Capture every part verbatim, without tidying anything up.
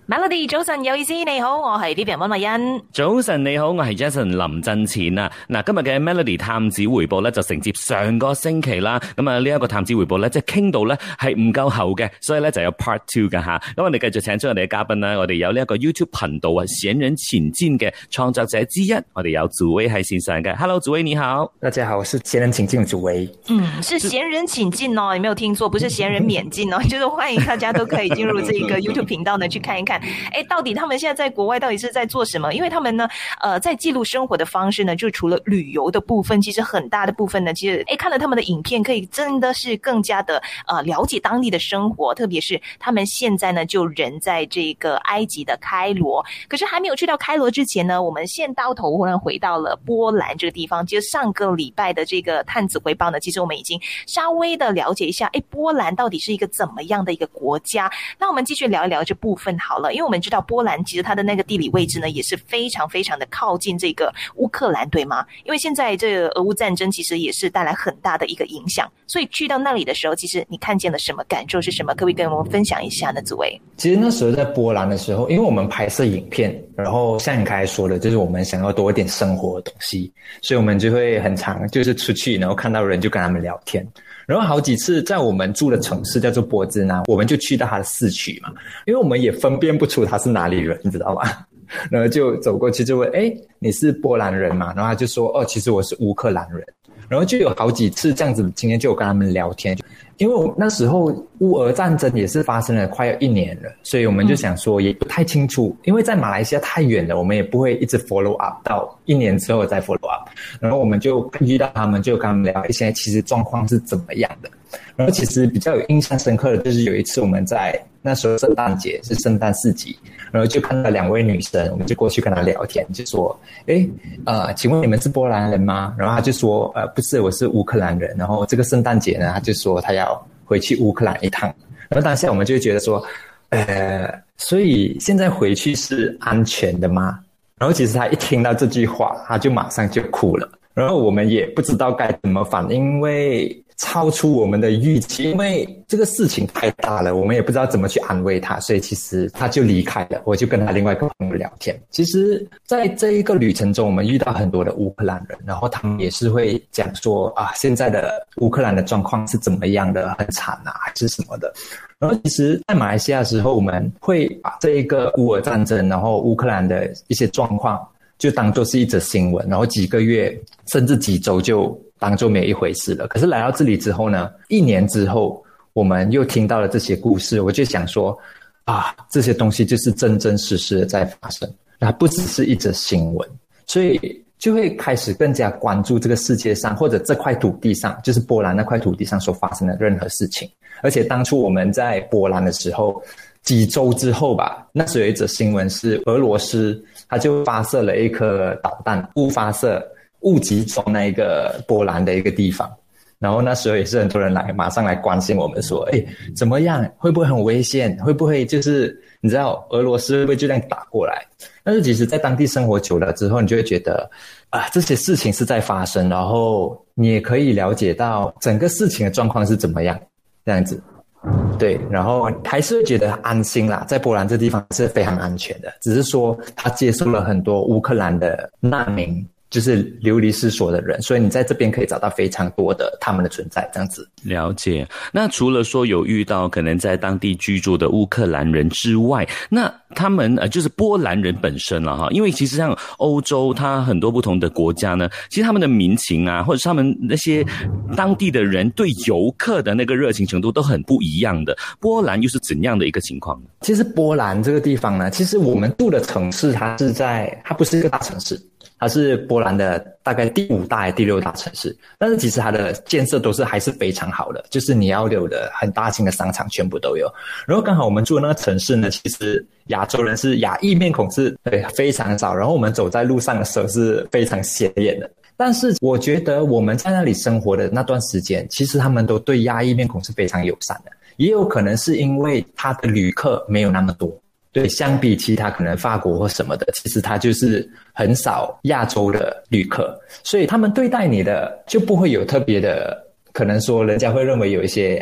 Melody 早晨有意思，你好，我係 Vivian 溫慧欣。 早晨你好，我係 Jason 林振前啊。嗱，今日嘅 Melody 探子回報咧就承接上個星期啦。咁啊呢一個探子回報咧，即係傾到咧係唔夠厚嘅，所以咧就有 part two 噶吓。咁我哋繼續請出我哋嘅嘉賓啦，我哋有呢一個 YouTube 頻道啊，閒人請進嘅創作者之一，我哋有祖威喺線上嘅。Hello， 祖威你好。 大家好，我是閒人請進祖威。 嗯，是閒人請進哦，你沒有聽錯，不是閒人免進哦，就是歡迎大家都可以進入這個 YouTube 頻道呢，去看一看。誒，到底他們現在在國外到底是在做什麼？因為他們呢，呃，在記錄生活的方式呢，就除了旅遊的部分，其實很大的部分呢，其實誒，看了他們的影片，可以真的是更加的呃了解當地的生活，特別是他們現在呢就人在這個埃及的開羅，可是還沒有去到開羅之前呢，我們先到頭忽然回到了波蘭這個地方。其實上個禮拜的這個探子回報呢，其實我們已經稍微的了解一下，誒，波蘭到底是一個怎麼樣的一個國家？那我們繼續聊一聊這部分好了，因為我們知道波蘭其實它的那個地理位置呢，也是非常非常的靠近這個烏克蘭，對嗎？因為現在這個俄烏戰爭其實也是帶來很大的一個影響，所以去到那裡的時候，其實你看見了什麼，感受是什麼？可不可以跟我們分享一下呢？祖威， 其實那時候在波蘭的時候，因為我們拍攝影片，然後像你剛才說的，就是我們想要多一點生活的東西，所以我們就會很常就是出去，然後看到人就跟他們聊天。然後好幾次在我們住的城市叫做波茲納，我們就去到他的市區嘛，因為我們也分辨不出他是哪裡人，你知道嗎？然後就走過去就問，誒，你是波蘭人嗎？然後他就說，哦，其實我是烏克蘭人。然後就有好幾次這樣子，今天就有跟他們聊天，因為我那時候烏俄戰爭也是發生了快要一年了，所以我們就想說也不太清楚，因為在馬來西亞太遠了，我們也不會一直 follow up 到一年之後再 follow up。然後我們就遇到他們，就跟他們聊現在其實狀況是怎麼樣的。然後其實比較有印象深刻的就是有一次我們在那時候聖誕節是聖誕市集，然後就看到兩位女生，我們就過去跟她聊天，就說，誒，呃，請問你們是波蘭人嗎？然後她就說，呃，不是，我是烏克蘭人。然後這個聖誕節呢，她就說她要回去烏克蘭一趟。然後當下我們就覺得說，呃，所以現在回去是安全的嗎？然後其實她一聽到這句話，她就馬上就哭了。然後我們也不知道該怎麼反應，因為超出我們的預期，因為這個事情太大了，我們也不知道怎麼去安慰他，所以其實他就離開了，我就跟他另外一個朋友聊天。其實在這一個旅程中，我們遇到很多的烏克蘭人，然後他們也是會講說啊，現在的烏克蘭的狀況是怎麼樣的，很慘啊，還是什麼的。然後其實在馬來西亞的時候，我們會把這一個烏俄戰爭，然後烏克蘭的一些狀況就當作是一則新聞，然後幾個月甚至幾週就當作沒一回事了。可是來到這裡之後呢，一年之後我們又聽到了這些故事，我就想說啊，這些東西就是真真實實的在發生，它不只是一則新聞，所以就會開始更加關注這個世界上或者這塊土地上，就是波蘭那塊土地上所發生的任何事情。而且當初我們在波蘭的時候，幾週之後吧，那時候有一則新聞是俄羅斯他就發射了一顆導彈，誤發射誤擊中那一個波蘭的一個地方，然後那時候也是很多人來馬上來關心我們說，誒，怎麼樣，會不會很危險，會不會就是你知道俄羅斯會不會就這樣打過來。但是其實在當地生活久了之後，你就會覺得啊，這些事情是在發生，然後你也可以了解到整個事情的狀況是怎麼樣，這樣子。對，然後還是會覺得安心啦，在波蘭這地方是非常安全的，只是說他接受了很多烏克蘭的難民，就是流離失所的人，所以你在這邊可以找到非常多的他們的存在，這樣子。 了解。那除了說有遇到可能在當地居住的烏克蘭人之外，那他們呃就是波蘭人本身了哈，因為其實像歐洲它很多不同的國家呢，其實他們的民情啊，或者是他們那些當地的人對遊客的那個熱情程度都很不一樣的。波蘭又是怎樣的一個情況呢？ 其實波蘭這個地方呢，其實我們住的城市它是在，它不是一個大城市，它是波蘭的大概第五大、第六大城市，但是其實它的建設都是還是非常好的，就是你要有的很大型的商場全部都有。然後剛好我們住的那個城市呢，其實亞洲人是亞裔面孔是對非常少，然後我們走在路上的時候是非常顯眼的。但是我覺得我們在那裡生活的那段時間，其實他們都對亞裔面孔是非常友善的，也有可能是因為他的旅客沒有那麼多。對，相比其他可能法國或什麼的，其實它就是很少亞洲的旅客，所以他們對待你的就不會有特別的，可能說人家會認為有一些啊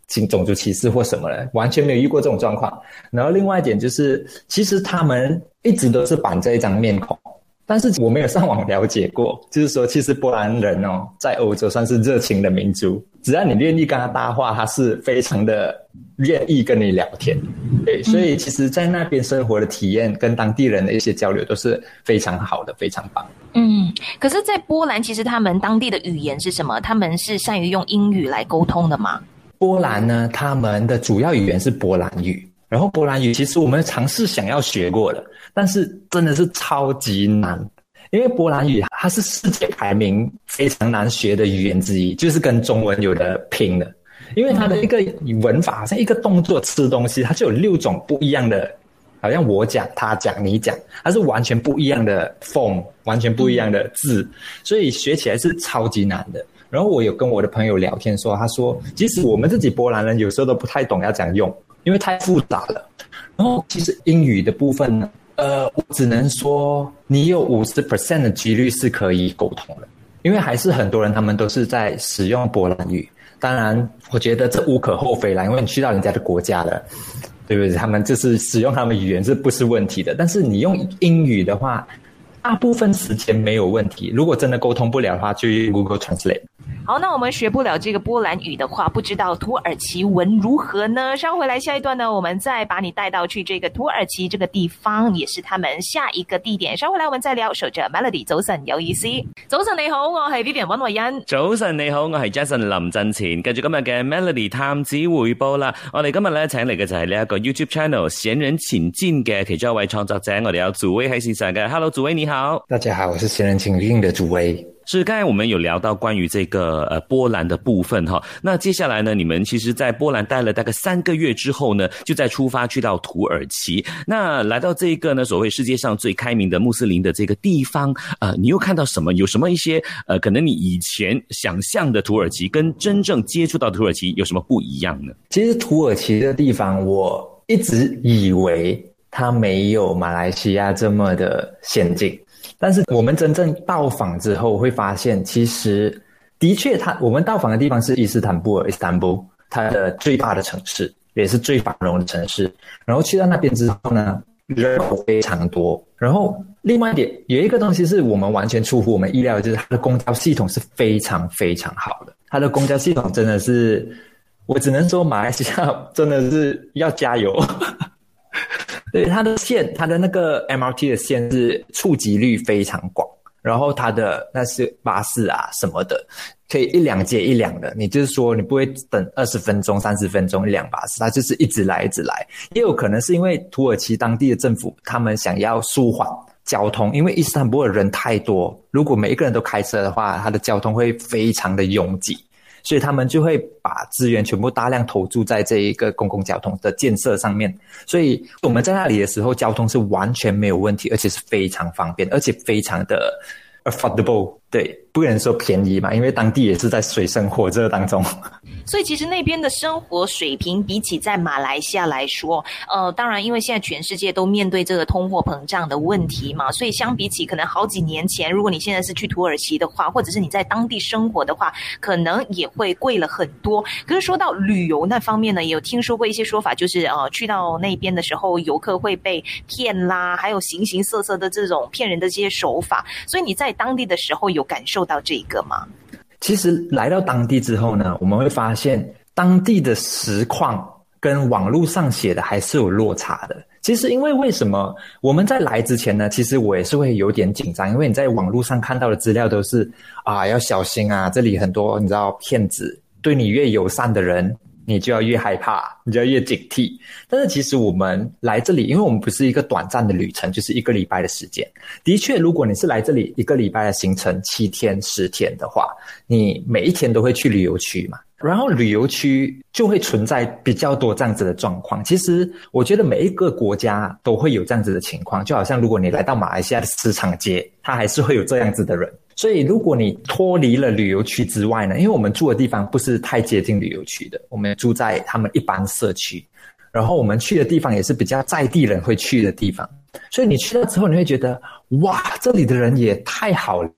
种族歧视或什么了，完全没有遇过这种状况。然后另外一点就是，其实他们一直都是板着一张面孔，但是我没有上网了解过，就是说其实波兰人哦，在欧洲算是热情的民族，只要你愿意跟他搭话，他是非常的愿意跟你聊天。对，所以其实在那边生活的体验跟当地人的一些交流都是非常好的，非常棒。 嗯，可是在波兰其实他们当地的语言是什么？他们是善于用英语来沟通的吗？ 波兰呢，他们的主要语言是波兰语，然后波兰语其实我们尝试想要学过了，但是真的是超级难，因为波兰语它是世界排名非常难学的语言之一，就是跟中文有的拼的，因为它的一个文法好像一个动作吃东西，它就有六种不一样的，好像我讲他讲你讲，它是完全不一样的 form， 完全不一样的字，所以学起来是超级难的。然后我有跟我的朋友聊天说，他说即使我们自己波兰人有时候都不太懂要怎样用，因为太复杂了。然后其实英语的部分呢，呃，我只能说你有 百分之五十 的几率是可以沟通的，因为还是很多人他们都是在使用波兰语。当然我觉得这无可厚非啦，因为你去到人家的国家了，对不对？他们就是使用他们语言这不是问题的，但是你用英语的话大部分时间没有问题，如果真的沟通不了的话就用 Google Translate。 好，那我们学不了这个波兰语的话，不知道土耳其文如何呢？稍回来下一段呢，我们再把你带到去这个土耳其这个地方，也是他们下一个地點。稍回來我們再聊，守着 Melody 早晨有意思。早晨你好，我係 Vivian 溫慧欣。 早晨你好，我係 Jason 林振前。繼續今日嘅 Melody 探子回報啦。我哋今日咧請嚟嘅就係呢一個 YouTube Channel 閒人請進嘅其中一位創作者，我哋有祖威喺線上嘅。Hello 祖威你好。 大家好，我是閒人請進的祖威。 是，刚才我们有聊到关于这个呃波兰的部分哈，那接下来呢，你们其实在波兰待了大概三个月之后呢，就再出发去到土耳其。那来到这个呢，所谓世界上最开明的穆斯林的这个地方，呃，你又看到什么？有什么一些呃，可能你以前想象的土耳其跟真正接触到土耳其有什么不一样呢？ 其实土耳其的地方，我一直以为它没有马来西亚这么的先进。但是我们真正到访之后会发现，其实的确它我们到访的地方是伊斯坦布尔 Istanbul， 它的最大的城市，也是最繁荣的城市。然后去到那边之后呢，人口非常多。然后另外一点，有一个东西是我们完全出乎我们意料的，就是它的公交系统是非常非常好的。它的公交系统真的是，我只能说马来西亚真的是要加油。对，它的线，它的那个 M R T 的线是触及率非常广，然后它的那是巴士啊什么的，可以一辆接一辆的，你就是说你不会等二十分钟、三十分钟一辆巴士，它就是一直来一直来。也有可能是因为土耳其当地的政府他们想要舒缓交通，因为伊斯坦布尔人太多，如果每一个人都开车的话，它的交通会非常的拥挤。所以他们就会把资源全部大量投注在这一个公共交通的建设上面，所以我们在那里的时候交通是完全没有问题，而且是非常方便，而且非常的 affordable， 对，不能说便宜嘛，因为当地也是在水深火热当中。 所以其实那边的生活水平比起在马来西亚来说，呃，当然因为现在全世界都面对这个通货膨胀的问题嘛，所以相比起可能好几年前，如果你现在是去土耳其的话，或者是你在当地生活的话，可能也会贵了很多。可是说到旅游那方面呢，也有听说过一些说法，就是呃，去到那边的时候，游客会被骗啦，还有形形色色的这种骗人的这些手法。所以你在当地的时候有感受到这个吗？ 其实来到当地之后呢，我们会发现当地的实况跟网络上写的还是有落差的。其实因为为什么我们在来之前呢，其实我也是会有点紧张，因为你在网络上看到的资料都是啊要小心啊，这里很多你知道骗子，对你越友善的人你就要越害怕，你就要越警惕。但是其实我们来这里，因为我们不是一个短暂的旅程，就是一个礼拜的时间。的确，如果你是来这里一个礼拜的行程，七天、十天的话，你每一天都会去旅游区嘛。然后旅游区就会存在比较多这样子的状况。其实我觉得每一个国家都会有这样子的情况，就好像如果你来到马来西亚的市场街，它还是会有这样子的人。所以如果你脱离了旅游区之外呢，因为我们住的地方不是太接近旅游区的，我们住在他们一般社区，然后我们去的地方也是比较在地人会去的地方，所以你去了之后你会觉得哇，这里的人也太好了吧。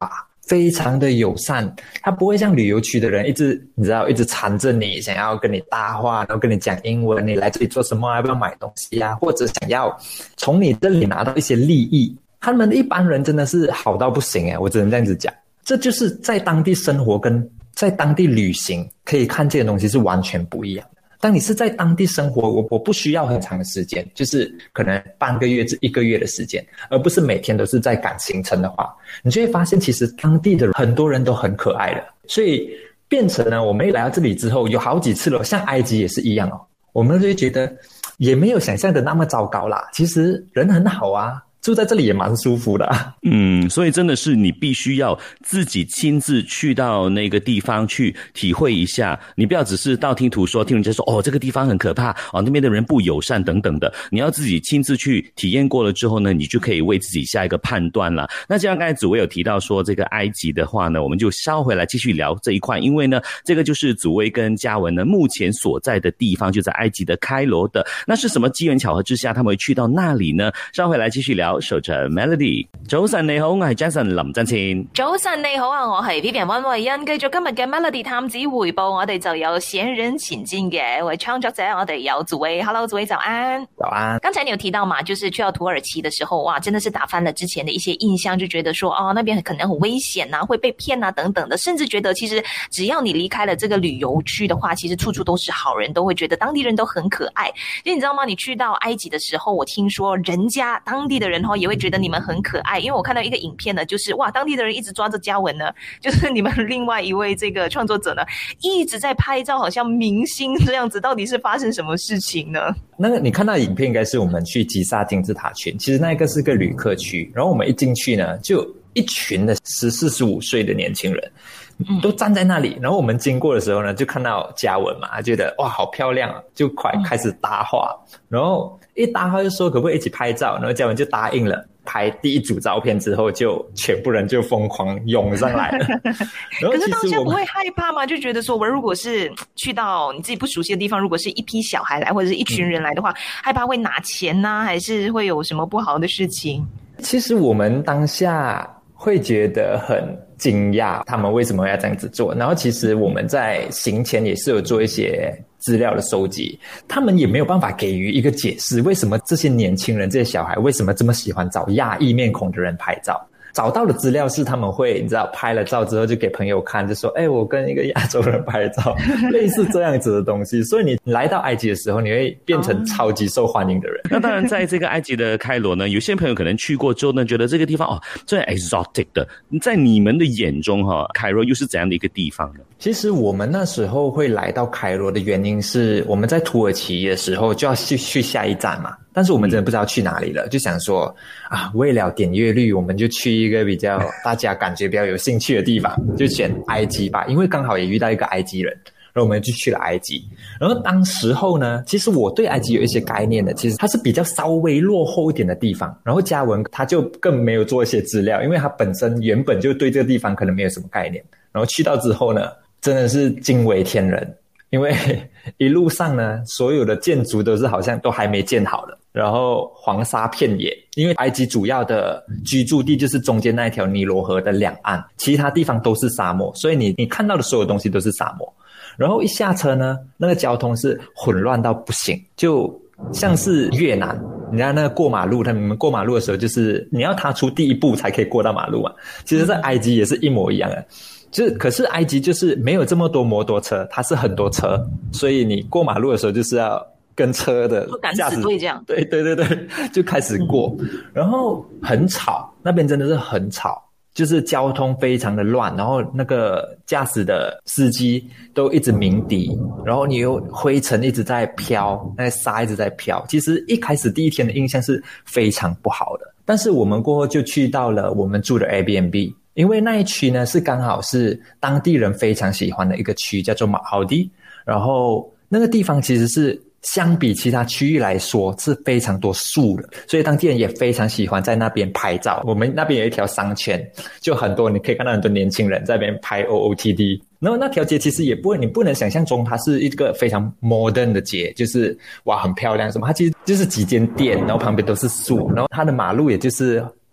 非常的友善，他不会像旅游区的人一直你知道一直缠着你，想要跟你搭话，然后跟你讲英文，你来这里做什么，要不要买东西啊，或者想要从你这里拿到一些利益。他们一般人真的是好到不行诶，我只能这样子讲。这就是在当地生活跟在当地旅行可以看见的东西是完全不一样的。当你是在当地生活，我我不需要很长的时间，就是可能半个月至一个月的时间，而不是每天都是在赶行程的话，你就会发现其实当地的很多人都很可爱的。所以变成呢，我们一来到这里之后，有好几次了，像埃及也是一样哦，我们就会觉得也没有想象的那么糟糕啦，其实人很好啊，住在这里也蛮舒服的啊。 嗯，所以真的是你必须要自己亲自去到那个地方去体会一下，你不要只是道听途说，听人家说哦这个地方很可怕哦，那边的人不友善等等的，你要自己亲自去体验过了之后呢，你就可以为自己下一个判断了。那既然刚才祖威有提到说这个埃及的话呢，我们就稍回来继续聊这一块，因为呢这个就是祖威跟嘉文呢目前所在的地方，就在埃及的开罗的。那是什么機緣巧合之下他們會去到那裡呢？稍回來繼續聊。守着 Melody。早晨你好，我係 Jason 林振前。 早晨你好啊，我係 Vivian 溫慧欣。繼續今日嘅 Melody 探子回報，我哋就有閒人請進嘅為創作者，我哋有祖威。Hello， 祖威早安。 早安。 剛才你有提到嘛，就是去到土耳其的時候，哇，真的是打翻了之前的一些印象，就覺得說哦，那邊可能很危險啊，會被騙啊等等的，甚至覺得其實只要你離開了這個旅遊區的話，其實處處都是好人，都會覺得當地人都很可愛。因為你知道嗎？你去到埃及的時候，我聽說人家當地的人也會覺得你們很可愛，因為我看到一個影片呢，就是哇，當地的人一直抓着嘉文呢，就是你們另外一位這個創作者呢，一直在拍照，好像明星這樣子，到底是發生什麼事情呢？ 那個你看到影片應該是我們去吉薩金字塔群，其實那個是個旅客區，然後我們一進去呢，就一群的十四十五歲的年輕人都站在那裡，然後我們經過的時候呢，就看到嘉文嘛，覺得哇好漂亮啊，就快開始搭話，然後一搭話就說可不可以一起拍照，然後嘉文就答應了。拍第一組照片之後，就全部人就瘋狂湧上來了。然後可是當下不會害怕嗎？就覺得說我如果是去到你自己不熟悉的地方，如果是一批小孩來或者是一群人來的話，嗯、害怕會拿錢啊，還是會有什麼不好的事情？ 其實我們當下會覺得很驚訝，他們為什麼要這樣子做。然後其實我們在行前也是有做一些資料的收集，他們也沒有辦法給予一個解釋，為什麼這些年輕人這些小孩為什麼這麼喜歡找亞裔面孔的人拍照。找到的資料是他們會你知道拍了照之後就給朋友看，就說哎、欸，我跟一個亞洲人拍照類似這樣子的東西。所以你來到埃及的時候，你會變成超級受歡迎的人。 那當然在這個埃及的開羅呢，有些朋友可能去過之後呢，覺得這個地方哦，最 exotic 的，在你們的眼中哈，開羅又是怎樣的一個地方呢？ 其實我們那時候會來到開羅的原因是我們在土耳其的時候就要去去下一站嘛，但是我們真的不知道去哪裡了，就想說啊，為了點閱率，我們就去一個比較大家感覺比較有興趣的地方，就選埃及吧，因為剛好也遇到一個埃及人，然後我們就去了埃及。然後當時候呢，其實我對埃及有一些概念的，其實它是比較稍微落後一點的地方。然後嘉文他就更沒有做一些資料，因為他本身原本就對這個地方可能沒有什麼概念。然後去到之後呢，真的是驚為天人，因為一路上呢，所有的建築都是好像都還沒建好的，然後黃沙遍野，因為埃及主要的居住地就是中間那一條尼羅河的兩岸，其他地方都是沙漠，所以你你看到的所有東西都是沙漠。然後一下車呢，那個交通是混亂到不行，就像是越南，你知道那個過馬路，他們過馬路的時候就是你要踏出第一步才可以過到馬路嘛，其實在埃及也是一模一樣的。就是可是埃及就是沒有這麼多摩托車，它是很多車，所以你過馬路的時候就是要跟車的駕駛對這樣， 對對對對，就開始過，然後很吵，那邊真的是很吵，就是交通非常的亂，然後那個駕駛的司機都一直鳴笛，然後你又灰塵一直在飄，那個沙一直在飄，其實一開始第一天的印象是非常不好的，但是我們過後就去到了我們住的 Airbnb。因為那一區呢是剛好是當地人非常喜歡的一個區，叫做馬奧地，然後那個地方其實是相比其他區域來說是非常多樹的，所以當地人也非常喜歡在那邊拍照。我們那邊有一條商圈，就很多你可以看到很多年輕人在那邊拍 O O T D， 然後那條街其實也不會，你不能想象中它是一個非常 modern 的街，就是哇很漂亮什麼，它其實就是幾間店，然後旁邊都是樹，然後它的馬路也就是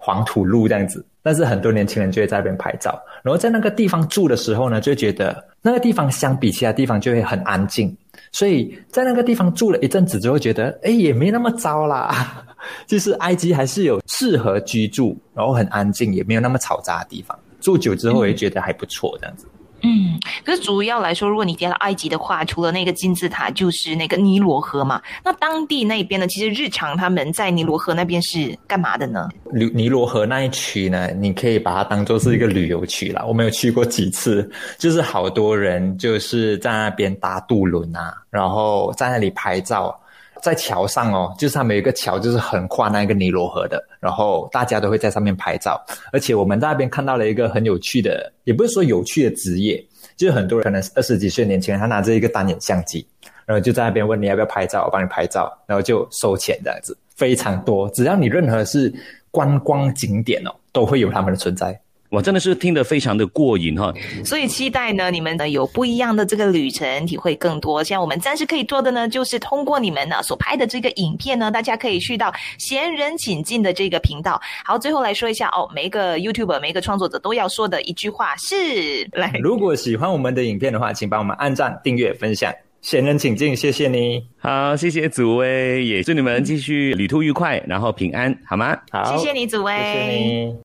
黄土路这样子，但是很多年轻人就会在那边拍照，然后在那个地方住的时候呢，就会觉得那个地方相比其他地方就会很安静，所以在那个地方住了一阵子之后觉得诶也没那么糟啦，就是埃及还是有适合居住然后很安静也没有那么嘈杂的地方，住久之后也觉得还不错这样子。 嗯，可是主要来说，如果你提到埃及的话，除了那个金字塔，就是那个尼罗河嘛。那当地那边呢，其实日常他们在尼罗河那边是干嘛的呢？ 尼罗河那一区呢，你可以把它当作是一个旅游区啦。我们有去过几次，就是好多人就是在那边搭渡轮啊，然后在那里拍照。在桥上哦，就是他们有一个桥，就是横跨那个尼罗河的，然后大家都会在上面拍照。而且我们在那边看到了一个很有趣的，也不是说有趣的职业，就是很多人可能二十几岁的年轻人，他拿着一个单眼相机，然后就在那边问你要不要拍照，我帮你拍照，然后就收钱这样子，非常多。只要你任何是观光景点哦，都会有他们的存在。 哇，真的是听得非常的过瘾哈！ 所以期待呢，你们呢有不一样的这个旅程，体会更多。像我们暂时可以做的呢，就是通过你们呢所拍的这个影片呢，大家可以去到闲人请进的这个频道。好，最后来说一下哦，每一个 YouTuber 每一个创作者都要说的一句话是：来， 如果喜欢我们的影片的话，请帮我们按赞、订阅、分享。闲人请进，谢谢你。 好，谢谢祖威，也祝你们继续旅途愉快，然后平安，好吗？ 好， 谢谢你，祖威， 谢谢你。